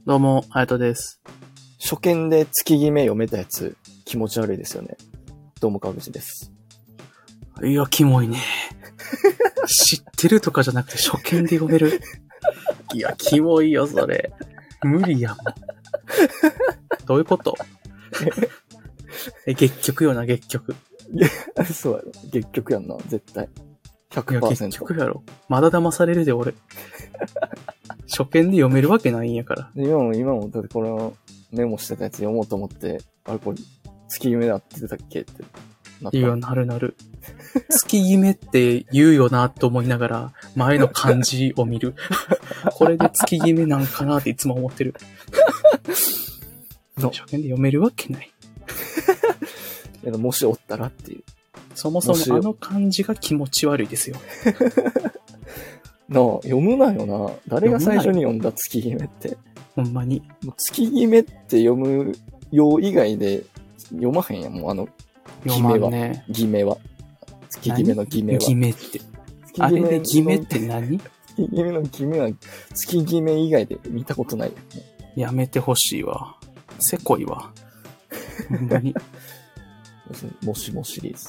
どうも、あやとです。 初見で月決め読めたやつ、気持ち悪いですよね。どうも川口です。 いや、キモいね。知ってるとかじゃなくて初見で読める。いや、キモいよ、それ。無理やもん。どういうこと月曲よな、月曲。 いや、そうやろ。月曲やんな、絶対。100%。いや、 月曲やろ。まだ騙されるで、俺。初見で読めるわけないんやから。 今も、だってこのメモしてたやつ読もうと思って、あれこれ、月決めだって言ってたっけってなった。 いや、なる。月決めって言うよなと思いながら、前の漢字を見る。これで月決めなんかなっていつも思ってる。初見で読めるわけない。 もしおったらっていう。 そもそもあの漢字が気持ち悪いですよ。 なあ、読むなよな。誰が最初に読んだ月決めって。 ほんまに。 月決めって読む用以外で読まへんやん、もう決めは。 ね、 決めは。月決めの決めは。 決めって。あれで決めって何？ 月決めの決めは月決め以外で見たことないよ。 やめてほしいわ。せこいわ。ほんまに。 もしもシリーズ。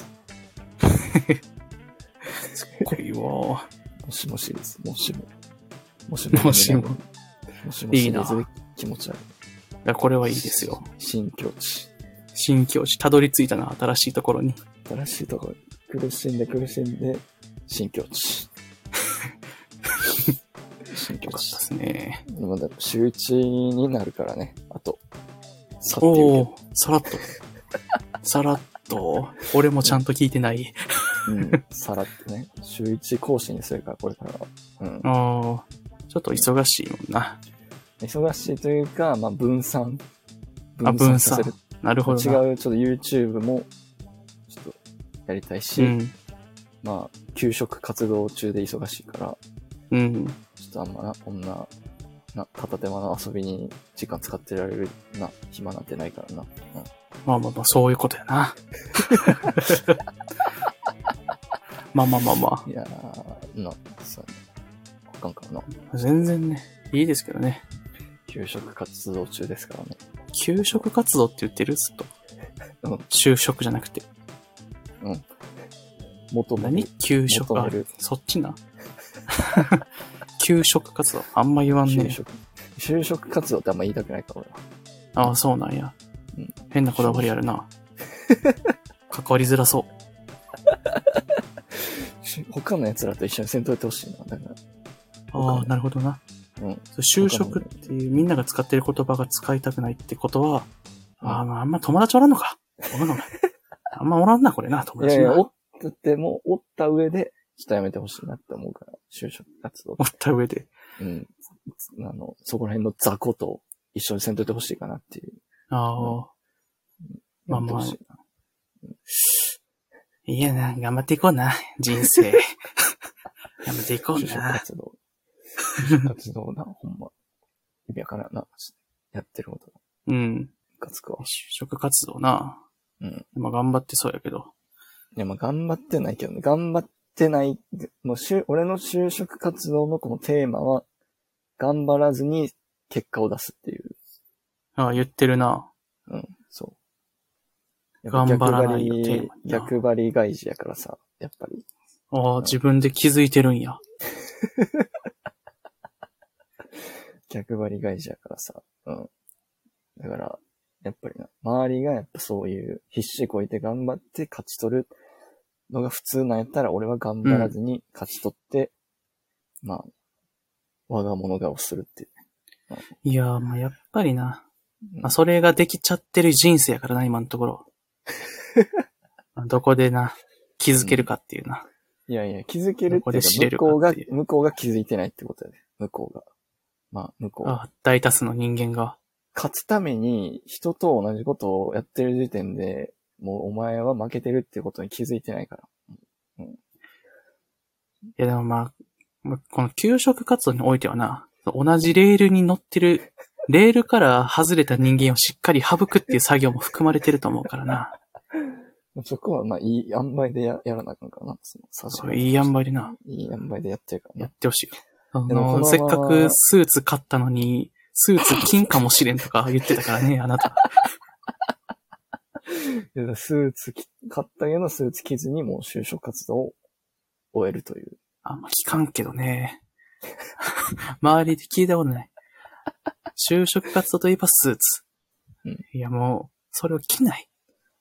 せこいわ。 もしもシリーズ。もしも。 もしもシリーズで気持ち悪い。 いや、これはいいですよ。 新境地。 たどり着いたな、新しいところに。 新しいところ。苦しんで、新境地。 新境地ですね。 まだ週1になるからね。あと。 さらっと。俺もちゃんと聞いてない。 さらっとね。週1更新にするから、これからは。 ちょっと忙しいもんな。 忙しいというか、まあ、分散させる。 なるほど。 ちょっと YouTube も、ちょっとやりたいし、まあ、給食活動中で忙しいから、ちょっとあんまな、こんな、片手間の遊びに時間使ってられる暇なんてないからな。 まあ、そういうことやな。まあ。 いやそうね。あかんからな。 全然ね、いいですけどね。 給食活動中ですからね。 給食活動って言ってるずっと。就職じゃなくて。何給食そっちな。給食活動。あんま言わんね。 就職活動ってあんま言いたくないから俺は。 ああ、そうなんや。変なこだわりあるな。関わりづらそう。 他の奴らと一緒にせんといてほしいな。だから。 ああ、なるほどな。就職っていうみんなが使ってる言葉が使いたくないってことは、あんま友達おらんのか。あんまおらんな、これな、友達な。 いや、おった上で、ちょっとやめてほしいなって思うから、就職活動。 おった上で。 そこら辺の雑魚と一緒にせんといてほしいかなっていう。 まあ。いやな、頑張っていこうな、人生。頑張っていこうな。 就職活動な、ほんま。意味わからんな、やってること。就職活動な。まあ頑張ってそうやけど。 いや、まあ頑張ってないけどね。頑張ってない。もう俺の就職活動のこのテーマは、頑張らずに結果を出すっていう。 ああ、言ってるな。 そう。 頑張らないよ、テーマ。 逆張り外事やからさ、やっぱり。 ああ、自分で気づいてるんや。 逆張り外事やからさ。だから、やっぱりな、周りがやっぱそういう必死こいて頑張って勝ち取るのが普通なんやったら、俺は頑張らずに勝ち取って、まあ、我が物顔するっていう。 いやー、まあやっぱりな。まあそれができちゃってる人生やからな、今のところ。どこでな、気づけるかっていうな。 いや、気づけるっていうか、向こうが気づいてないってことやね。向こうが。まあ、向こう。 大多数の人間が。 勝つために人と同じことをやってる時点で、もうお前は負けてるっていうことに気づいてないから。 いやでもまあ、この給食活動においてはな、同じレールに乗ってる、レールから外れた人間をしっかり省くっていう作業も含まれてると思うからな。 そこはまあいい塩梅でやらなあかんからな。 そう、いい塩梅でな。 いい塩梅でやってるからな。 やってほしい。せっかくスーツ買ったのに、 スーツ金かもしれんとか言ってたからね、あなた。 いやスーツ買ったけどスーツ着ずにもう就職活動を終えるという。 あんま聞かんけどね。周りで聞いたことない。就職活動といえばスーツ。 うん、 いやもう、それを着ない。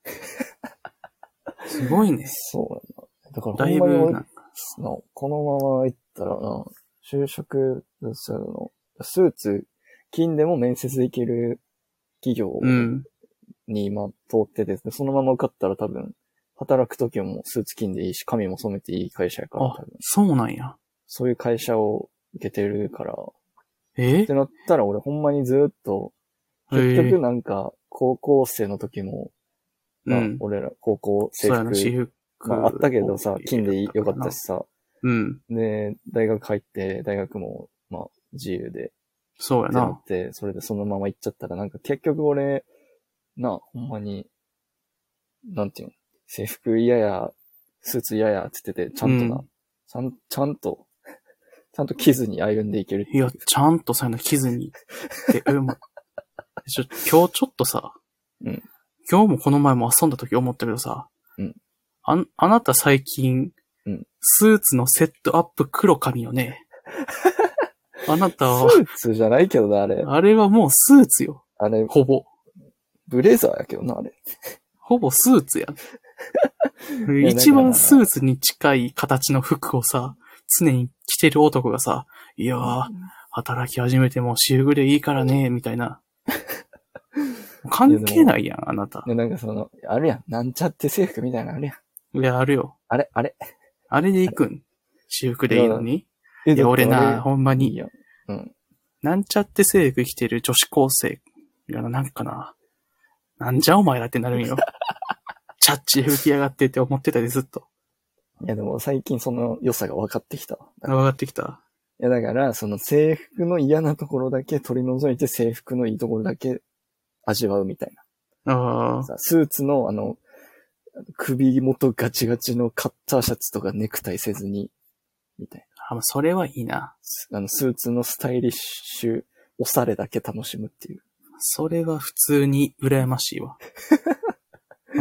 すごいね。 そうやな。だからだいほんまにぶなんか、 このまま行ったらな、就職するの、スーツ金でも面接できる企業うん。 に今通ってて、そのまま受かったら多分、働くときもスーツ金でいいし、髪も染めていい会社やから、多あ分、 そうなんや。 そういう会社を受けてるから、 えってなったら俺ほんまにずっと、結局なんか、高校生の時も、まあ、俺ら高校制そうやな、私服、 服。 まああったけどさ、金でよかったしさ、 うん。 で、大学入って、大学も、まあ、自由で、ってなそうやな。 って、それでそのまま行っちゃったら、なんか結局俺、ほんまに、なんていうの、制服嫌や、スーツ嫌やって言ってて、ちゃんとな、ちゃんと着ずに歩んでいけるっていう。 いや、ちゃんとそういうの着ずに。で、今日ちょっとさ、 うん。 今日もこの前も遊んだ時思ったけどさ、 うん。 あなた最近、 うん。 スーツのセットアップ黒髪よね。あなたは、 スーツじゃないけどな、あれ。 あれはもうスーツよ。 あれ、 ほぼ。 ブレザーやけどな、あれ。 ほぼスーツやん。 や一番スーツに近い形の服をさ、常に着てる男がさ、いやー、働き始めても私服でいいからね、みたいな。関係ないやん、あなた。 で、なんかあるやん。なんちゃって制服みたいなのあるやん。 いや、あるよ。 あれ。 あれで行くん私服でいいのにいいや、俺な、ほんまに、 いいやん。うん。 なんちゃって制服着てる女子高生。いや、なんかな。なんじゃお前らってなるんよ。チャッチ吹きやがってって思ってたで、ずっと。 いや、でも最近その良さが分かってきた。 分かってきた。 いや、だから、その制服の嫌なところだけ取り除いて制服のいいところだけ味わうみたいな。 ああ。 スーツの首元ガチガチのカッターシャツとかネクタイせずに、みたいあ、それはいいな。 な。スーツのスタイリッシュ、おしゃれだけ楽しむっていう。 それは普通に羨ましいわ。うん。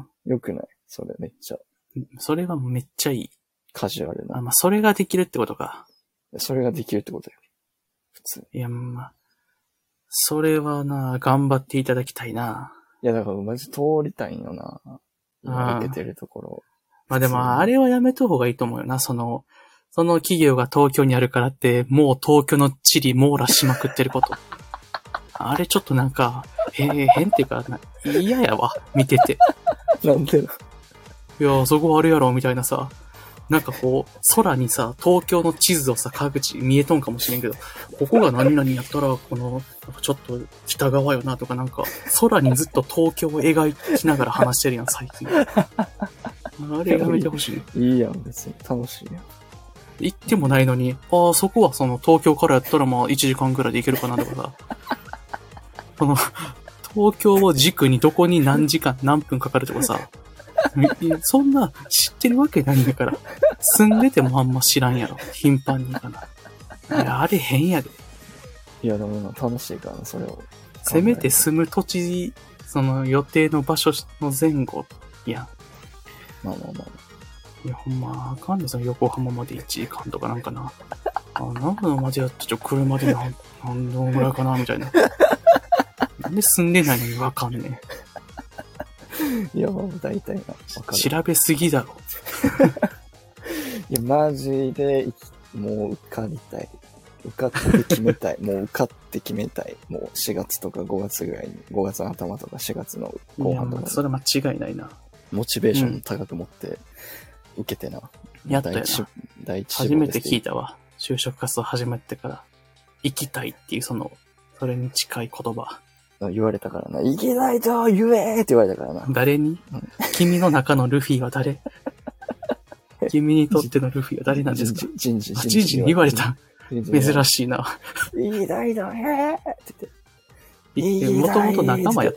よくないそれめっちゃ。 それはめっちゃいい。 カジュアルな。 まあ、それができるってことか。 それができるってことよ。普通。 いや、まあ、それはな、頑張っていただきたいな。 いや、だからマジ通りたいんよな。今受けてるところ。 まあでも、あれはやめた方がいいと思うよな。その企業が東京にあるからって、もう東京の地理網羅しまくってること。あれちょっとなんか、変っていうか、嫌やわ、見てて。 なんでだいや、そこはあれやろ、みたいなさ。なんかこう、空にさ、東京の地図をさ、各地見えとんかもしれんけど、ここが何々やったら、この、ちょっと北側よなとかなんか、空にずっと東京を描きながら話してるやん、最近。あれやめてほしい。 いいやん、別に。楽しいやん。 行ってもないのに、ああ、そこはその東京からやったらまあ1時間ぐらいで行けるかなとかさ。この、東京を軸にどこに何時間何分かかるとかさ。そんな知ってるわけないんだから。住んでてもあんま知らんやろ。頻繁にかな。いや、あれ変やで。 いや、でも楽しいからな、それを。 せめて住む土地、その予定の場所の前後やん。 まあまあまあ。 いや、ほんま、あかんで、その横浜まで1時間とかなんかな。長野までやって車で何度ぐらいかなみたいな。なんで住んでないのにわかんねいや、もう大体な。わかる。 調べすぎだろ。 いや、マジで、もう受かりたい。受かって決めたい。もう受かって決めたい。もう4月とか5月ぐらいに、5月の頭とか4月の後半とか。 それは間違いないな。 モチベーション高く持って受けてな。 やったよな。 第一初めて聞いたわ。就職活動始めてから、行きたいっていうそれに近い言葉。 言われたからな。行きないと言えーって言われたからな。 誰に、君の中のルフィは誰君にとってのルフィは誰なんですか人事に言われた。珍しいな。 行きないとへーって言って。 もともと仲間やった。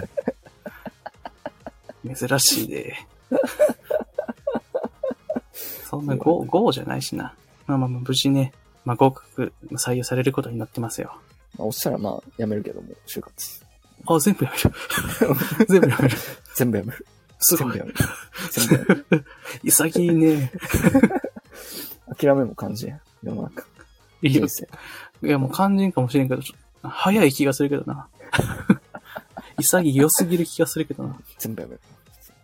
珍しいで。そんなゴーじゃないしな。まあ無事ね、合格採用されることになってますよ。 まあ、押したらまあ、やめるけども、就活。 あ、全部やめる。全部やめる。 全部やめる。 すごい。 全部やめる。全部やめる。 潔いね。 諦めも感じやん。世の中。 いや人、生。 いやもう肝心かもしれんけど、早い気がするけどな。潔すぎる気がするけどな。 全部やめる。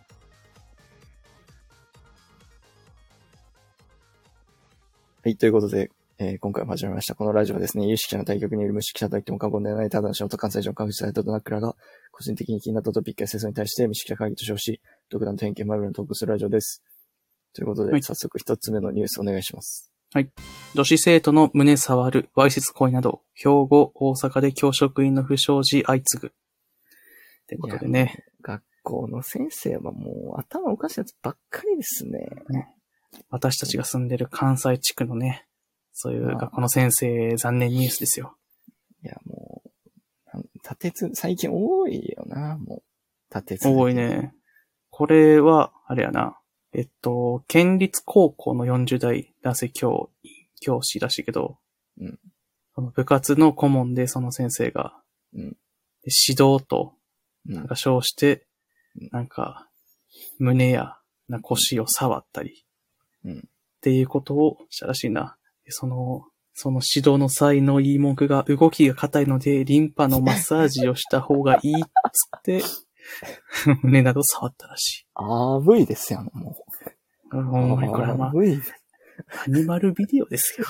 はい、ということで、今回も始めました。このラジオはですね、有識者の対局にいる無識者と言っても過言ではない、ただの素人関西人の科学者とナックラが、個人的に気になったトピックや戦争に対して無識者会議と称し、独断と偏見まみれのトークするラジオです。ということで、 はい早速一つ目のニュースお願いします。 女子生徒の胸触る、わいせつ行為など、兵庫、大阪で教職員の不祥事相次ぐ。ってことでね。 学校の先生はもう頭おかしいやつばっかりですね。 私たちが住んでる関西地区のね、そういう学校の先生、残念ニュースですよ。 いや、もう、最近多いよな、もう。立て続け多いね。これは、あれやな。県立高校の40代男性教師らしいけど、 うん。 その部活の顧問でその先生が、 うん。 で指導と、 うんなんか称してうん、 なんか、胸や腰を触ったり、 うんっていうことをしたらしいな。でその指導の際の言い文句が動きが硬いので、リンパのマッサージをした方がいいっつって、胸など触ったらしい。 AV ですよ、もほんまにこれはまあ、 AV。 アニマルビデオですよ。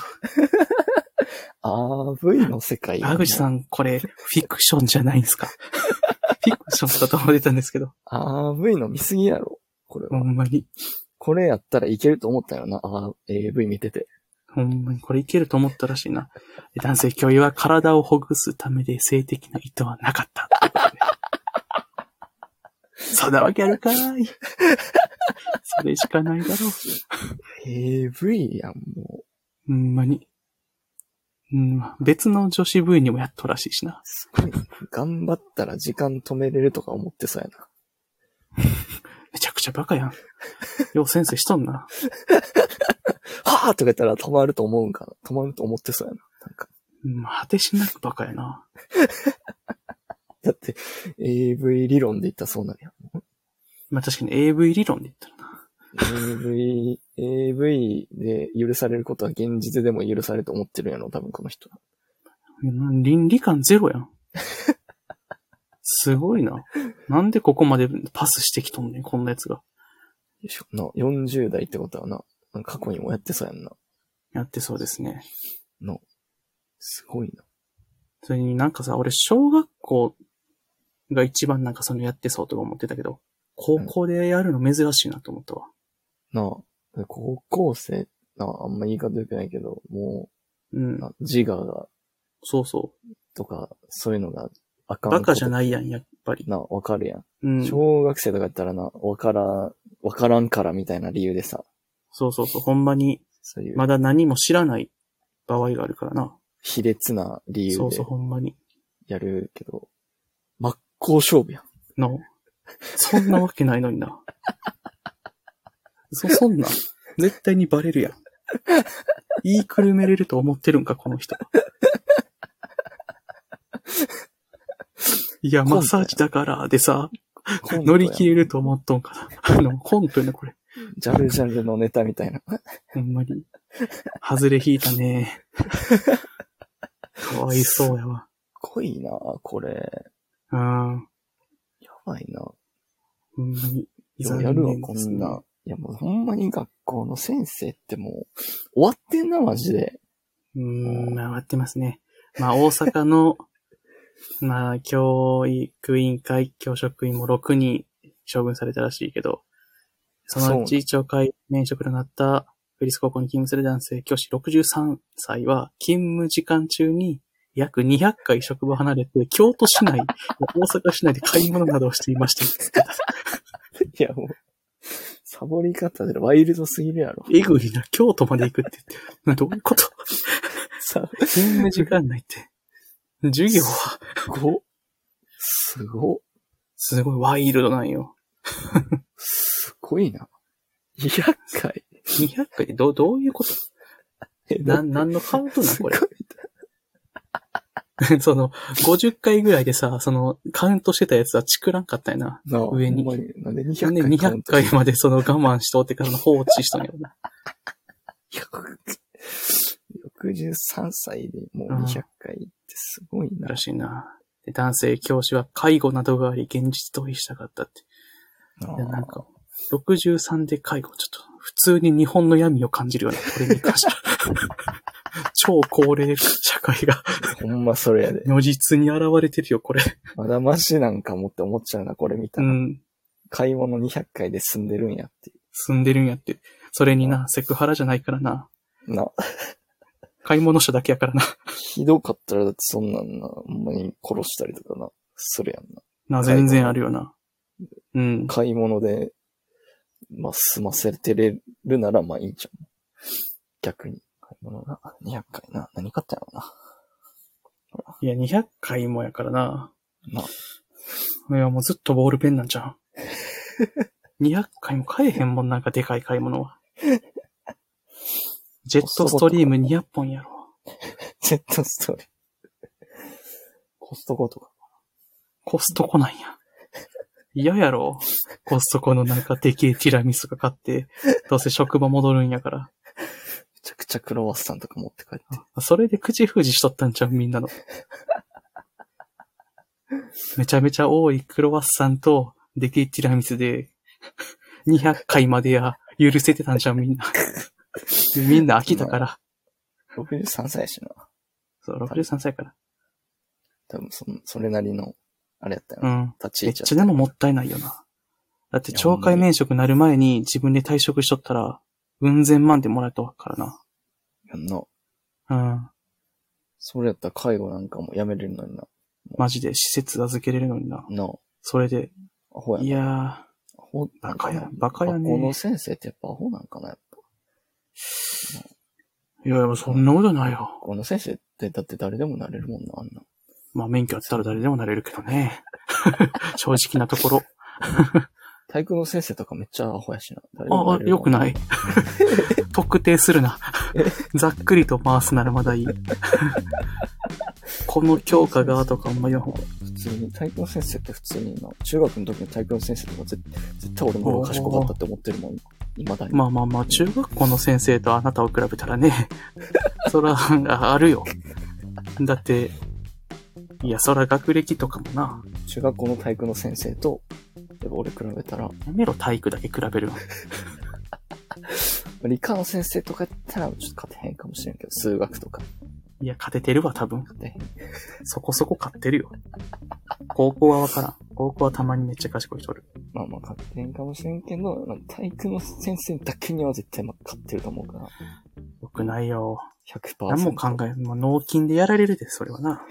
AV の世界。 川口さん、これ、フィクションじゃないんですか？フィクションだと思ってたんですけど。 AV の見すぎやろ、これほは。 んまに。 これやったらいけると思ったよな、AV 見てて。 ほんまに、これいけると思ったらしいな。男性教諭は体をほぐすためで性的な意図はなかった。そんなわけあるかーい。それしかないだろう。 AV やん、もう。 ほんまに。別の女子部員にもやっとらしいしな。 すごい。頑張ったら時間止めれるとか思ってそうやな。 めちゃくちゃバカやん。よう先生しとんな。 はぁとか言ったら止まると思うんかな。止まると思ってそうやな。なんか。 果てしなくバカやな。 だって、AV 理論で言ったらそうなるやん。 まあ確かに AV 理論で言ったらな。 AV で許されることは現実でも許されると思ってるんやろ、多分この人は。 倫理観ゼロやん。すごいな。なんでここまでパスしてきとんねん、こんなやつが。 よいしょ。40代ってことはな、過去にもやってそうやんな。 やってそうですね。 すごいな。 それになんかさ、俺小学校が一番なんかそのやってそうとか思ってたけど、高校でやるの珍しいなと思ったわ。 高校生、あんま言い方良くないけど、もう、自我が、 そうそう。 とか、そういうのがあかん。 バカじゃないやん、やっぱり。 わかるやん。小学生とかやったらわからんからみたいな理由でさ。 そうそうそう、ほんまに、まだ何も知らない場合があるからな。 卑劣な理由で。 そうそう、ほんまに。 やるけど、真っ向勝負やん。 そんなわけないのにな。そんな、絶対にバレるやん。言いくるめれると思ってるんか、この人。いや、マッサージだからでさ、乗り切れると思っとんかな。コントやな、これ。 ジャルジャルのネタみたいな。 ほんまに。外れ引いたね。かわいそうやわ。 すごいな、これ。やばいな。 ほんまに。 やるわ、こんな。いや、もうほんまに学校の先生ってもう、終わってんな、マジで。 終わってますね。まあ、大阪の、まあ、教育委員会、教職員も6人処分されたらしいけど、そのうち懲戒免職となった府立高校に勤務する男性教師63歳は、勤務時間中に約200回職場を離れて、京都市内、大阪市内で買い物などをしていました。 いや、もう、サボり方でワイルドすぎるやろ。 えぐいな、京都まで行くって言って。どういうこと勤務時間内って。授業はすごいワイルドなんよ。 すごいな。200回 ?200 回ってどういうこと何のカウントなんこれ。 その、50回ぐらいでさ、その、カウントしてたやつはチクらんかったよな。 なあ、 上にほんまになんで200 なんで回カウン 200 トして回までその我慢しとってからの放置したんやろな。 63歳でもう200回ってすごいな。 らしいな。で、男性教師は介護などがあり、現実逃避したかったって。でなんか、63で介護、ちょっと、普通に日本の闇を感じるような、これに関しては。超高齢社会が、 ほんまそれやで。 如実に現れてるよ、これ。 まだマシなんかもって思っちゃうな、これ見たら。 うん。 買い物200回で済んでるんやってい住んでるんやって。それにな、セクハラじゃないからな。 う。な、 買い物者だけやからな。 ひどかったらだってそんなんな、ほんまに殺したりとかな、するやんな。 全然あるよな。うん。 買い物で、まあ、済ませてれるならまあいいんちゃう。逆に。買い物な、200回な、何買ったんやろな。 いや、200回もやからな。 な、 いや、もうずっとボールペンなんじゃん。200回も買えへんもん、なんかでかい買い物は。ジェットストリーム200本やろ。 ジェットストーリー。コストコとか。 コストコなんや。嫌やろ。コストコのなんかでけえティラミスとか買って、どうせ職場戻るんやから。 めちゃくちゃクロワッサンとか持って帰って。 それで口封じしとったんちゃうみんなの。めちゃめちゃ多いクロワッサンとでけえティラミスで、200回までや許せてたんちゃうみんな。みんな飽きたから。 63歳やしな。 そう、63歳から。 多分それなりの、あれやったよな。 うん。めっ立ち位置ちゃでももったいないよな。だって懲戒免職なる前に自分で退職しとったら、うん千万でもらえたからな。 やんな。 うん。 それやったら介護なんかもやめれるのにな。 マジで施設預けれるのにな。 な、 それで、 アホやな。 いやアホバカやね。 学校の先生ってやっぱアホなんかな、やっぱ。 いや、そんなことないよ。 学校の先生ってだって誰でもなれるもんな、あんな。 まあ免許あったら誰でもなれるけどね。正直なところ。 体育の先生とかめっちゃアホやしな。誰でもなれるもんよくない。特定するな。ざっくりと回すならまだいい。この教科がとかあんま言わんほうが。 普通に、体育の先生って普通にな、中学の時の体育の先生とか絶対俺の方が賢かったって思ってるもん、今だに。 まあ、中学校の先生とあなたを比べたらね、そら、あるよ。だって、いや、そら学歴とかもな。 中学校の体育の先生と、やっぱ俺比べたら。やめろ、体育だけ比べるわ。 理科の先生とかやったらちょっと勝てへんかもしれんけど、数学とか。 いや、勝ててるわ、多分。 勝てへん。 そこそこ勝ってるよ。高校はわからん。高校はたまにめっちゃ賢い人おる。 まあ勝てへんかもしれんけど、体育の先生だけには絶対勝ってると思うから。 よくないよ。 100%。 何も考えん。もう脳筋でやられるで、それはな。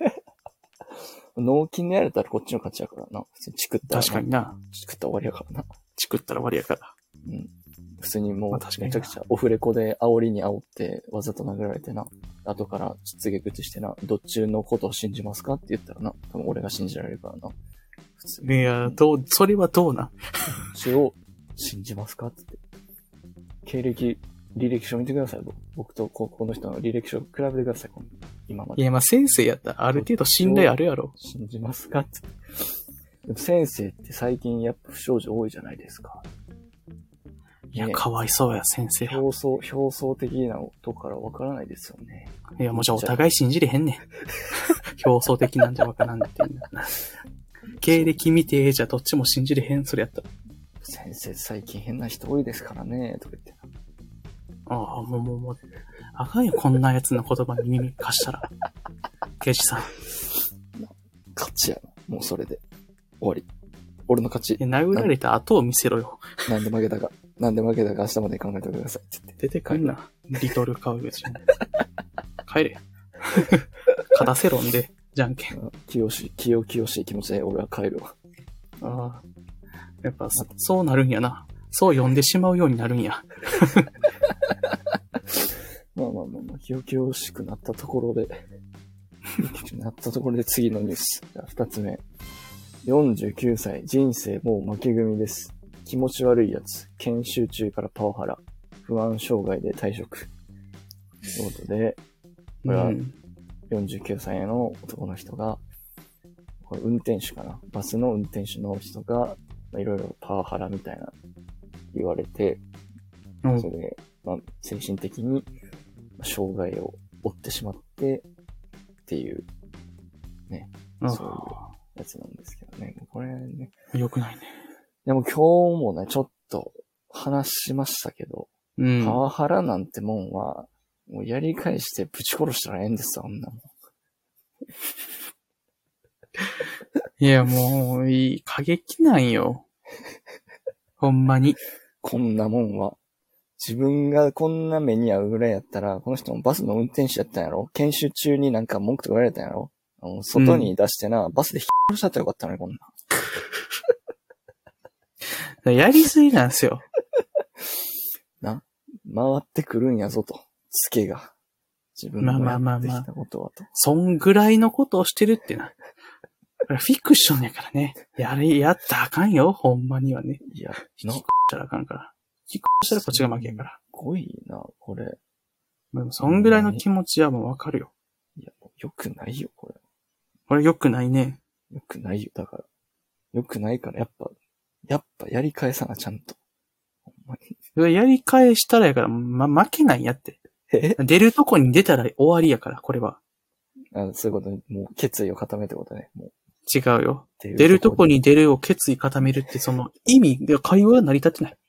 脳筋でやれたらこっちの勝ちやからな。普通にチクったら。 確かにな。 チクったら終わりやからな。 チクったら終わりやから。 うん。普通にもう、 まあ確かにめちゃくちゃオフレコで煽りに煽って、わざと殴られてな。後から失言口してな、どっちのことを信じますかって言ったらな。多分俺が信じられるからな。普通に。 いや、それはどうな。 それを信じますかって言って。履歴書見てください。僕と高校の人の履歴書比べてください。今まで。 いや、まあ先生やったらある程度信頼あるやろ。 信じますかって。でも先生って最近やっぱ不祥事多いじゃないですか。 いや、かわいそうや、先生。 表層的なとこからわからないですよね。 いや、もうじゃあお互い信じれへんねん。表層的なんじゃわからんっていう。経歴見て、じゃあどっちも信じれへん、それやったら。 先生最近変な人多いですからね、とか言って。 ああ、もう、あかんよ、こんな奴の言葉に耳貸したら。刑事さん。 勝ちやな。もうそれで。終わり。俺の勝ち。 殴られた後を見せろよ。 なんで負けたか明日まで考えてくださいって言って。 出てくんな。リトル川口。帰れ。勝たせろんで、じゃんけん。 清しい気持ちで俺は帰るわ。 ああ。やっぱ、そうなるんやな。そう呼んでしまうようになるんや。 まあ、清しくなったところで、次のニュース。じゃあ2つ目。49歳、人生もう負け組です。気持ち悪いやつ、研修中からパワハラ、不安障害で退職。ということで、これは、 49歳の男の人が、これ運転手かな、バスの運転手の人が、いろいろパワハラみたいな言われて、 うんそれで、精神的に障害を負ってしまってっていうね、 うんそういうやつなんですけどね。これね。 よくないね。 でも今日もね、ちょっと話しましたけど、 うん。 パワハラなんてもんは、もうやり返してぶち殺したらええんですよ、あんなもん。 いや、もう、過激なんよ。ほんまに。 こんなもんは。自分がこんな目に遭うぐらいやったら、この人もバスの運転手やったんやろ、研修中になんか文句とか言われたんやろ、外に出してな、バスで殺したったらよかったのに、こんな。 やりすぎなんですよ。 な、回ってくるんやぞと。ツケが。自分がやってきたことはと。 そんぐらいのことをしてるってな。フィクションやからね。やったらあかんよ、ほんまにはね。 いや、 引きしたらあかんから。引きしたらこっちが負けやから。 すごいな、これ。 でもそんぐらいの気持ちはもうわかるよ。 いや、よくないよ、これ。 これ良くないね。 よくないよ、だから。よくないから、やっぱやり返さな、ちゃんと。ほんまに。やり返したらやから、負けないやって。出るとこに出たら終わりやから、これは。 そういうことに、もう決意を固めってことね。もう違うよ。出るとこに出るを決意固めるって、その意味で会話が成り立ってない。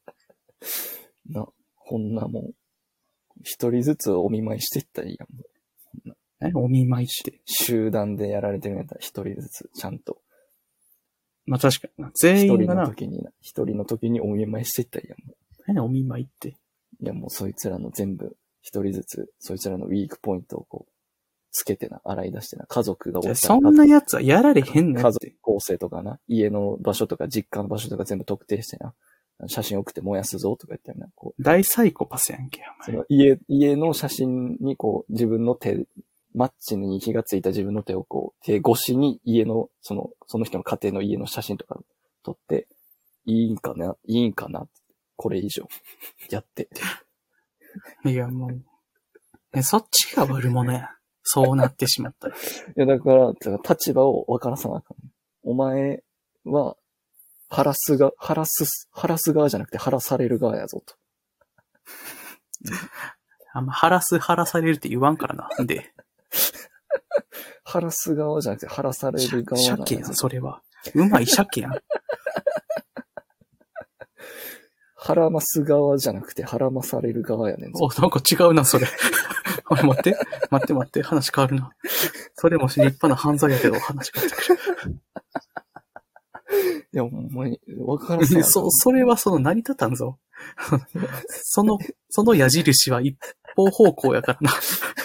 こんなもん。一人ずつお見舞いしていったらいいやん。もうお見舞いって。 集団でやられてるんやったら一人ずつ、ちゃんと。 まあ確かにな。全員がな。 一人の時にお見舞いしていったらいいやん。もう何お見舞いって。 いやもうそいつらの全部、一人ずつ、そいつらのウィークポイントをこう、つけてな、洗い出してな、家族がおったら。 そんなやつはやられへんねんって。 家族構成とかな、家の場所とか実家の場所とか全部特定してな、写真送って燃やすぞとか言ったらな、こう。 大サイコパスやんけ、 その家の写真にこう、自分の手、マッチに火がついた自分の手をこう、手越しに家の、その人の家庭の家の写真とか撮って、いいんかな、これ以上、やって。 いや、もう、そっちが悪者や。そうなってしまったら。 いや、だから、立場を分からさなあかん。お前は、晴らす側じゃなくて晴らされる側やぞと。 あんま晴らされるって言わんからな。で。 晴らす側じゃなくて晴らされる側なんやぞ。 鮭やん、それは。うまい鮭やん。 はらます側じゃなくてはらまされる側やねんぞ。 なんか違うな、それ。待って、話変わるな。それも立派な犯罪やけど、話変わってくる。 いや、ほんまに、わからない。 それは成り立たんぞ。その矢印は一方方向やからな。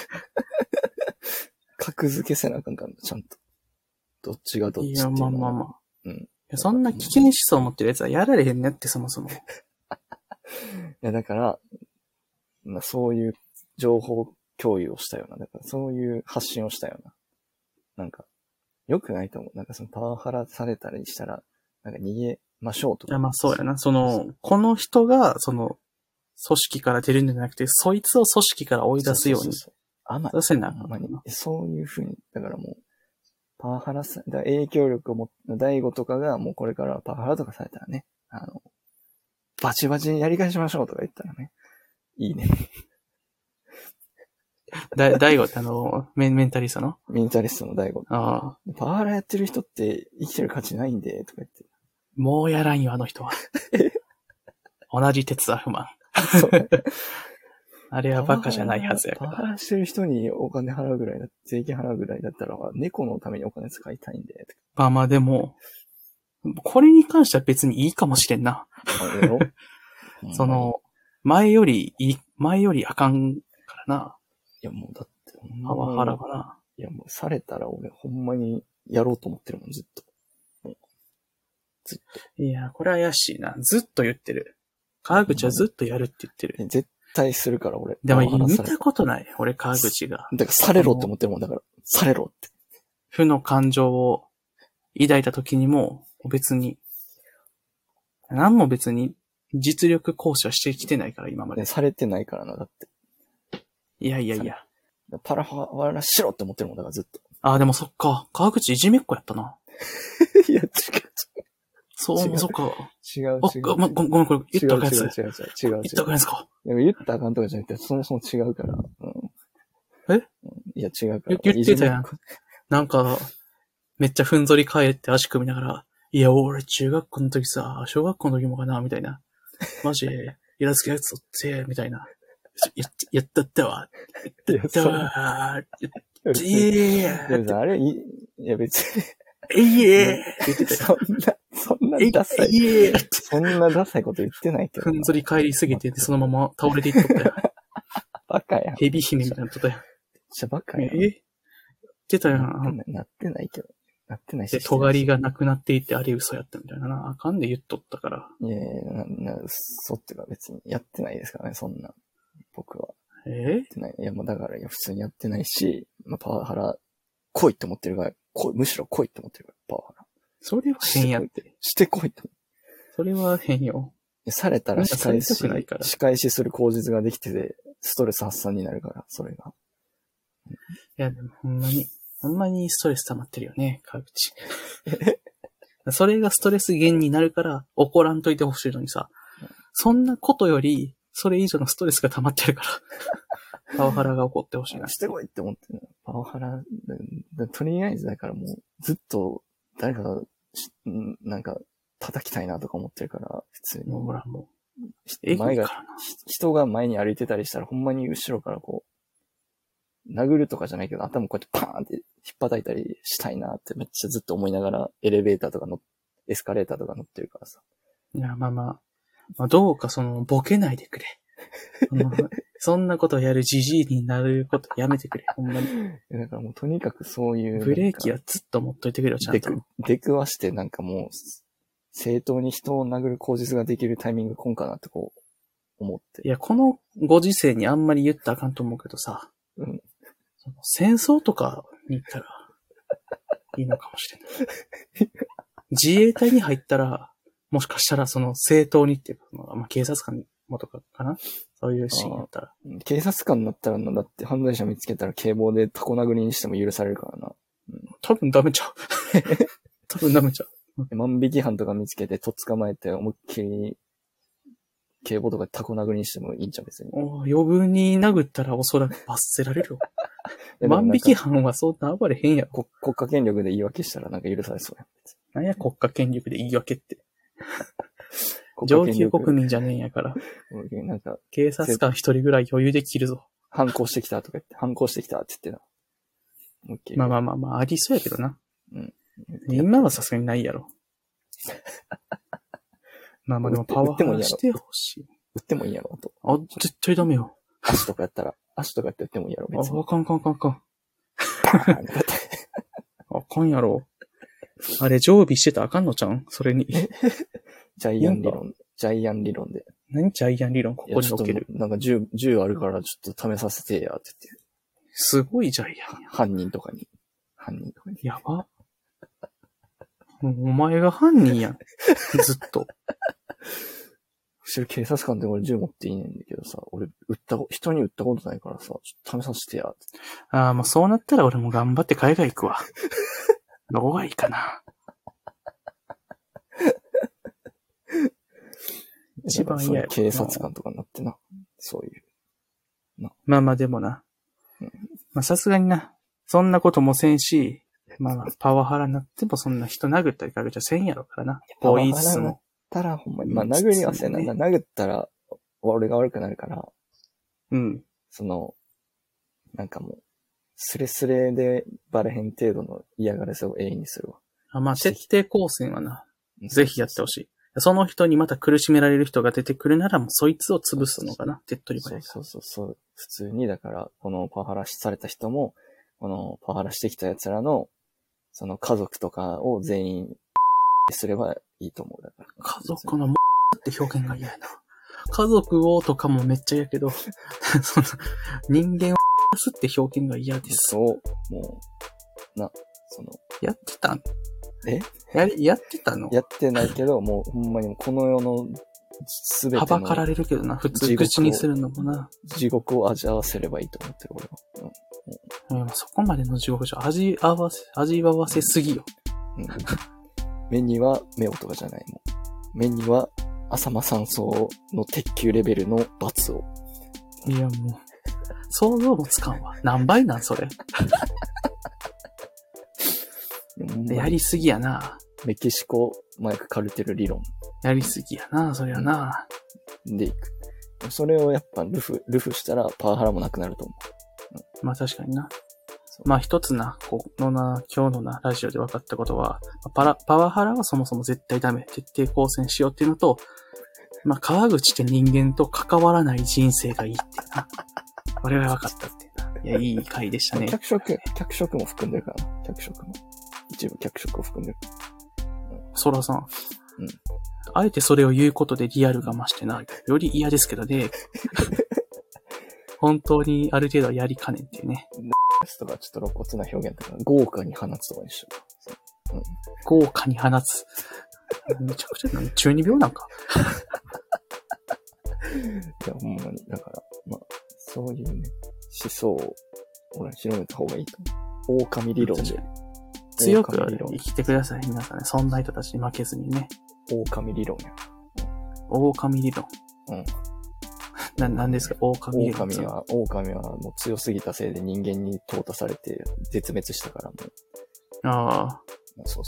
格付けせなあかんから、ちゃんと。どっちがどっちっていうの。 いや、まあ。 うん。 そんな危険思想を持ってるやつはやられへんねって、そもそも。 いや、だから、まあ、そういう情報共有をしたような。だから、そういう発信をしたような。なんか、良くないと思う。なんかパワハラされたりしたら、なんか逃げましょうとか。 いや、まあそうやな。この人が、組織から出るんじゃなくて、そいつを組織から追い出すように。そうせな。 そういうふうに、だからもう、パワハラ影響力を持った大悟とかが、もうこれからパワハラとかされたらね、バチバチにやり返しましょうとか言ったらね、いいね。 大悟ってメンタリストのメンタリストの大悟。 ああ。 パワハラやってる人って生きてる価値ないんで、とか言って。 もうやらんよ、あの人は。同じ鉄は不満。 そうね、 あれはバカじゃないはずやから。 パワハラしてる人にお金払うぐらいだ、税金払うぐらいだったら、猫のためにお金使いたいんで。 まあでも、これに関しては別にいいかもしれんな。前よりあかんからな。 いやもうだって、 パワハラはな。 いやもうされたら俺ほんまにやろうと思ってるもん、ずっと。 いや、これ怪しいな。ずっと言ってる。川口はずっとやるって言ってる。 絶対するから俺。 でも見たことない。俺川口が。 だからされろって思ってるもんだから。されろって。 負の感情を抱いた時にも別に、何も別に実力行使はしてきてないから今まで。 されてないからな、だって。 いや。 パワハラしろって思ってるもんだからずっと。 でもそっか。川口いじめっ子やったな。 いや、違う。 そう、 違うそっか。 違う。 ごめん、これ言ったらあかんやつ。 違う。 言ったらあかんやつか。 でも言ったらあかんとかじゃなくて、そもそも違うから。いや、違うから。 言ってたやん。なんか、めっちゃふんぞり返って足組みながら、いや、俺中学校の時さ、小学校の時もかな、みたいな。マジ、イラつけやつおって、みたいな。やったったわ。やったわ。いやでもさ、あれ、いや別に。 いえ言ってたよ。 そんなダサい。そんなダサいこと言ってないけど。 ふんぞり返りすぎて、そのまま倒れていっとったよ。 バカやん。 ヘビ姫みたいになっとったよ。 めっちゃバカやん。 言ってたやん。 なってないけど。なってないし。 で、尖りがなくなっていって、あれ嘘やったみたいなな。あかんで言っとったから。 いや嘘っていうか別にやってないですからね、そんな。僕は。やってない。いや、もうだから、普通にやってないし、パワハラ、来いって思ってるから、むしろ来いって思ってるから、パワハラ。 それは変やって。 してこいって。 それは変よ。 されたら仕返しする口実ができてて、ストレス発散になるから、それが。 いや、でもほんまにストレス溜まってるよね、川口。それがストレス源になるから、怒らんといてほしいのにさ、そんなことより、それ以上のストレスが溜まってるから、パワハラが起こってほしいな。 してこいって思ってる。パワハラ、とりあえずだからもう、ずっと、誰かが、なんか、叩きたいなとか思ってるから、普通に。 ほらもう、 人が前に歩いてたりしたら、ほんまに後ろからこう、殴るとかじゃないけど、頭こうやってパーンって引っ叩いたりしたいなってめっちゃずっと思いながら、エスカレーターとか乗ってるからさ。 いや、まあ、どうかボケないでくれ。そんなことやるじじいになることやめてくれ、ほんまに。 だからもうとにかくそういう。 ブレーキはずっと持っといてくれよ、ちゃんと。 出くわしてなんかもう、正当に人を殴る口実ができるタイミング来んかなってこう、思って。 いや、このご時世にあんまり言ったらあかんと思うけどさ。 うん。 戦争とかに行ったら、いいのかもしれない。自衛隊に入ったら、もしかしたら正当にっていうか、警察官もとかかな、そういうシーンだったら。 警察官だったらだって犯罪者見つけたら警棒でタコ殴りにしても許されるからな。 うん、多分ダメちゃう。 万引き犯とか見つけてとっ捕まえて思いっきり警棒とかタコ殴りにしてもいいんちゃう別に。 余分に殴ったらおそらく罰せられるよ。万引き犯はそんな暴れへんやろ。 国家権力で言い訳したらなんか許されそうやん。 なんや国家権力で言い訳って。上級国民じゃねえんやから。 なんか警察官一人ぐらい余裕で切るぞ。 反抗してきたとか言って、反抗してきたって言ってな。まあ、ありそうやけどな。 うん。 今はさすがにないやろ。まあでもパワハラしてほしい。 売ってもいいやろと。 絶対ダメよ。 足とかやって売ってもいいやろ別に。 あかん。あかんやろ。あれ常備してたらあかんのちゃうんそれに。 ジャイアン理論で。 何ジャイアン理論ここに置ける。 なんか銃あるからちょっと試させてやって言って。 すごいジャイアンや。 犯人とかに。 やば。お前が犯人やん。ずっと。 後ろ警察官で俺銃持っていいねんだけどさ、俺人に撃ったことないからさ、ちょっと試させてやって。 まあそうなったら俺も頑張って海外行くわ。どこがいいかな。一番嫌や。 警察官とかになってな。そういう。 まあでもな。まあさすがにな。そんなこともせんし、まあパワハラになってもそんな人殴ったりかけちゃせんやろからな。 パワハラになったらほんまに。まあ殴りはせんな。殴ったら俺が悪くなるから。 うん。 なんかもう、スレスレでバレへん程度の嫌がらせを永遠にするわ。 まあ徹底抗戦はな。ぜひやってほしい。その人にまた苦しめられる人が出てくるならもうそいつを潰すのかな。手っ取り早い。 そう。普通にだから、このパワハラされた人も、このパワハラしてきた奴らの、その家族とかを全員すればいいと思う。だから家族のって表現が嫌やな。家族をとかもめっちゃ嫌けど、その人間をすって表現が嫌です。 そう、 やってたんやってたの？ やってないけど、もうほんまにこの世のすべての。 はばかられるけどな、普通口にするのもな。 地獄を味わわせればいいと思ってる俺は。 そこまでの地獄じゃ味わわせすぎよ。 うん。目には目音がじゃないもん。目には浅間山荘の鉄球レベルの罰を。 いやもう、想像もつかんわ。何倍なんそれ。やりすぎやな。 メキシコ麻薬カルテル理論。 やりすぎやな、そりゃな。 でいく。それをやっぱルフしたらパワハラもなくなると思う。まあ確かにな。まあ一つな、今日のな、ラジオで分かったことは、パワハラはそもそも絶対ダメ。徹底抗戦しようっていうのと、まあ川口って人間と関わらない人生がいいっていうな。これが分かったっていうな。いや、いい回でしたね。 脚色も含んでるからな。脚色も。一部脚色を含んでる。 そらさん。 うん。 あえてそれを言うことでリアルが増してな、より嫌ですけどね。本当にある程度はやりかねんっていうね。 とかちょっと露骨な表現だから、豪華に放つとかにしよう。うん、 豪華に放つ。めちゃくちゃ中二病なんか。 いや、ほんまに。だから、まあ、そういうね、思想を俺は広めた方がいいと思う。狼理論で。 強く生きてください、皆さんね。そんな人たちに負けずにね。 狼理論や。 狼理論。 うん。 なんですか、狼理論。 狼はもう強すぎたせいで人間に淘汰されて絶滅したからもう。 ああ。 そう。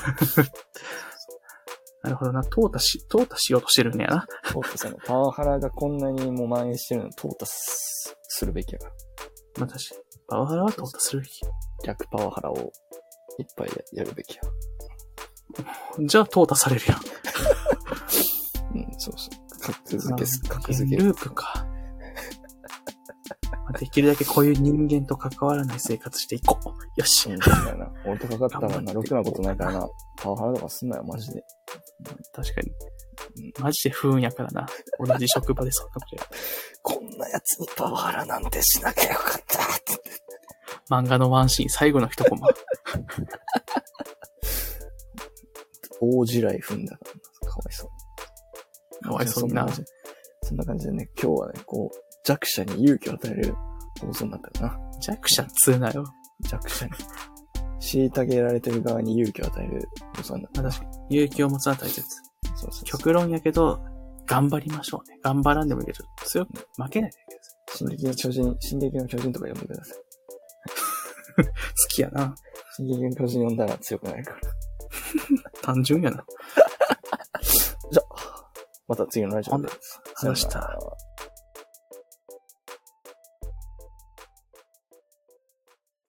なるほどな。淘汰しようとしてるんやな。 淘汰さ、パワハラがこんなにも蔓延してるのを淘汰するべきやから。 まあ確かに。パワハラは淘汰するべき。 逆パワハラをいっぱいやるべきや。 じゃあ淘汰されるやん。 うん、そう。格付け。 ループか。できるだけこういう人間と関わらない生活していこう。よし。 俺とかかったらな、ろくなことないからな。パワハラとかすんなよ、マジで。 確かに。マジで不運やからな。同じ職場でそんなことや。 こんな奴にパワハラなんてしなきゃよかったって。 漫画のワンシーン、最後の一コマ。 大地雷踏んだから、かわいそう。 かわいそうにな。 そんな感じでね、今日はね、こう、弱者に勇気を与える放送になったかな。 弱者っつうなよ。 弱者に。虐げられてる側に勇気を与える放送になった。 確かに。勇気を持つのは大切。 そう。 極論やけど、頑張りましょうね。頑張らんでもいいけど、強く負けないでください。 進撃の巨人とか読んでください。 好きやな。 進撃の巨人読んだら強くなるから。 単純やな。 じゃあ、また次のラジオで。 話した。